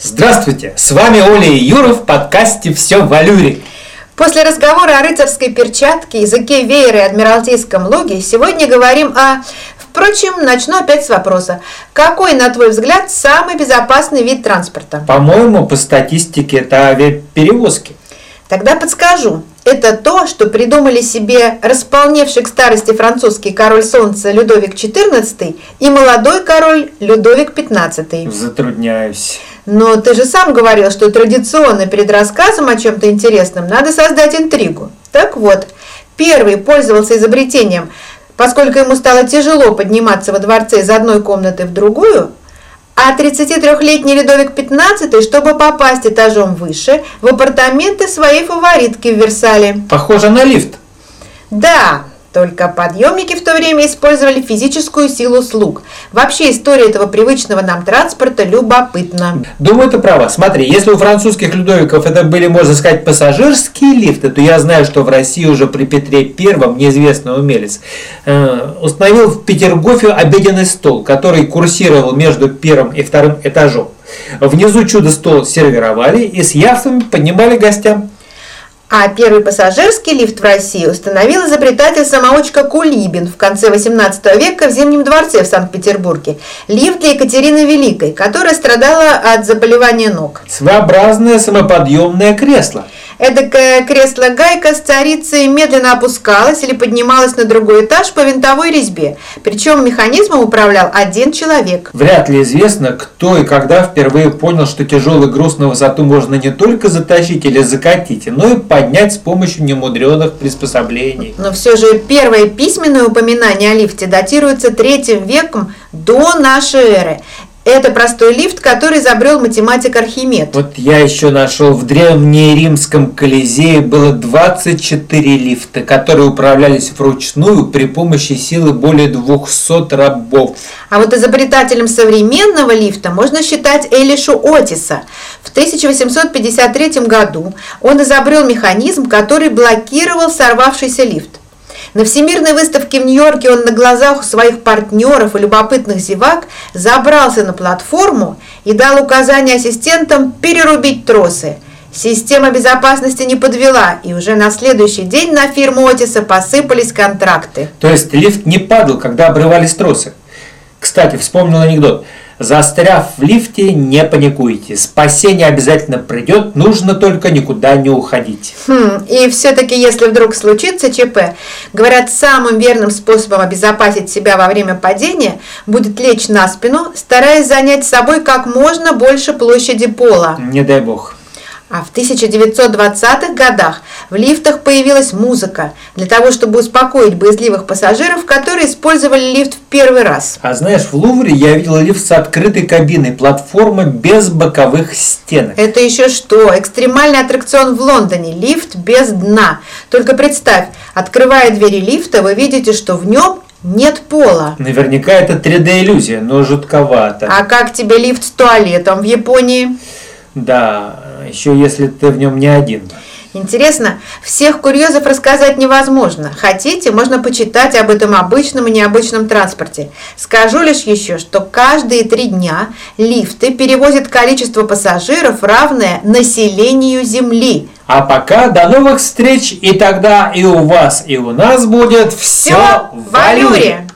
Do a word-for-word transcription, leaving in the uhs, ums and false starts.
Здравствуйте, с вами Оля и Юра в подкасте «Все в Алюре». После разговора о рыцарской перчатке, языке веера и адмиралтейском луге сегодня говорим о... Впрочем, начну опять с вопроса. Какой, на твой взгляд, самый безопасный вид транспорта? По-моему, по статистике это авиаперевозки. Тогда подскажу. Это то, что придумали себе располневший к старости французский король солнца Людовик четырнадцатый и молодой король Людовик пятнадцатый. Затрудняюсь. Но ты же сам говорил, что традиционно перед рассказом о чем-то интересном надо создать интригу. Так вот, первый пользовался изобретением, поскольку ему стало тяжело подниматься во дворце из одной комнаты в другую, а тридцатитрёхлетний Людовик пятнадцатый, чтобы попасть этажом выше, в апартаменты своей фаворитки в Версале. Похоже на лифт. Да, только подъемники в то время использовали физическую силу слуг. Вообще история этого привычного нам транспорта любопытна. Думаю, ты права. Смотри, если у французских Людовиков это были, можно сказать, пассажирские лифты, то я знаю, что в России уже при Петре Первом неизвестный умелец э, установил в Петергофе обеденный стол, который курсировал между первым и вторым этажом. Внизу чудо-стол сервировали и с явствами поднимали гостям. А первый пассажирский лифт в России установил изобретатель-самоучка Кулибин в конце восемнадцатого века в Зимнем дворце в Санкт-Петербурге. Лифт для Екатерины Великой, которая страдала от заболевания ног. Своеобразное самоподъемное кресло. Эдакое кресло-гайка с царицей медленно опускалось или поднималось на другой этаж по винтовой резьбе. Причем механизмом управлял один человек. Вряд ли известно, кто и когда впервые понял, что тяжелый груз на высоту можно не только затащить или закатить, но и поднять с помощью немудреных приспособлений. Но все же первое письменное упоминание о лифте датируется третьим веком до нашей эры. Это простой лифт, который изобрел математик Архимед. Вот я еще нашел, в древнеримском Колизее было двадцать четыре лифта, которые управлялись вручную при помощи силы более двухсот рабов. А вот изобретателем современного лифта можно считать Элишу Отиса. В тысяча восемьсот пятьдесят третьем году он изобрел механизм, который блокировал сорвавшийся лифт. На Всемирной выставке в Нью-Йорке он на глазах у своих партнеров и любопытных зевак забрался на платформу и дал указание ассистентам перерубить тросы. Система безопасности не подвела, и уже на следующий день на фирму Отиса посыпались контракты. То есть лифт не падал, когда обрывались тросы. Кстати, вспомнил анекдот. Застряв в лифте, не паникуйте. Спасение обязательно придет, нужно только никуда не уходить. Хм, и все-таки, если вдруг случится ЧП, говорят, самым верным способом обезопасить себя во время падения будет лечь на спину, стараясь занять с собой как можно больше площади пола. Не дай бог. А в тысяча девятьсот двадцатых годах в лифтах появилась музыка для того, чтобы успокоить боязливых пассажиров, которые использовали лифт в первый раз. А знаешь, в Лувре я видел лифт с открытой кабиной, платформа без боковых стенок. Это еще что? Экстремальный аттракцион в Лондоне. Лифт без дна. Только представь, открывая двери лифта, вы видите, что в нем нет пола. Наверняка это три дэ-иллюзия, но жутковато. А как тебе лифт с туалетом в Японии? Да, еще если ты в нем не один. Интересно, всех курьезов рассказать невозможно. Хотите, можно почитать об этом обычном и необычном транспорте. Скажу лишь еще, что каждые три дня лифты перевозят количество пассажиров, равное населению Земли. А пока до новых встреч, и тогда и у вас, и у нас будет все в Алюре.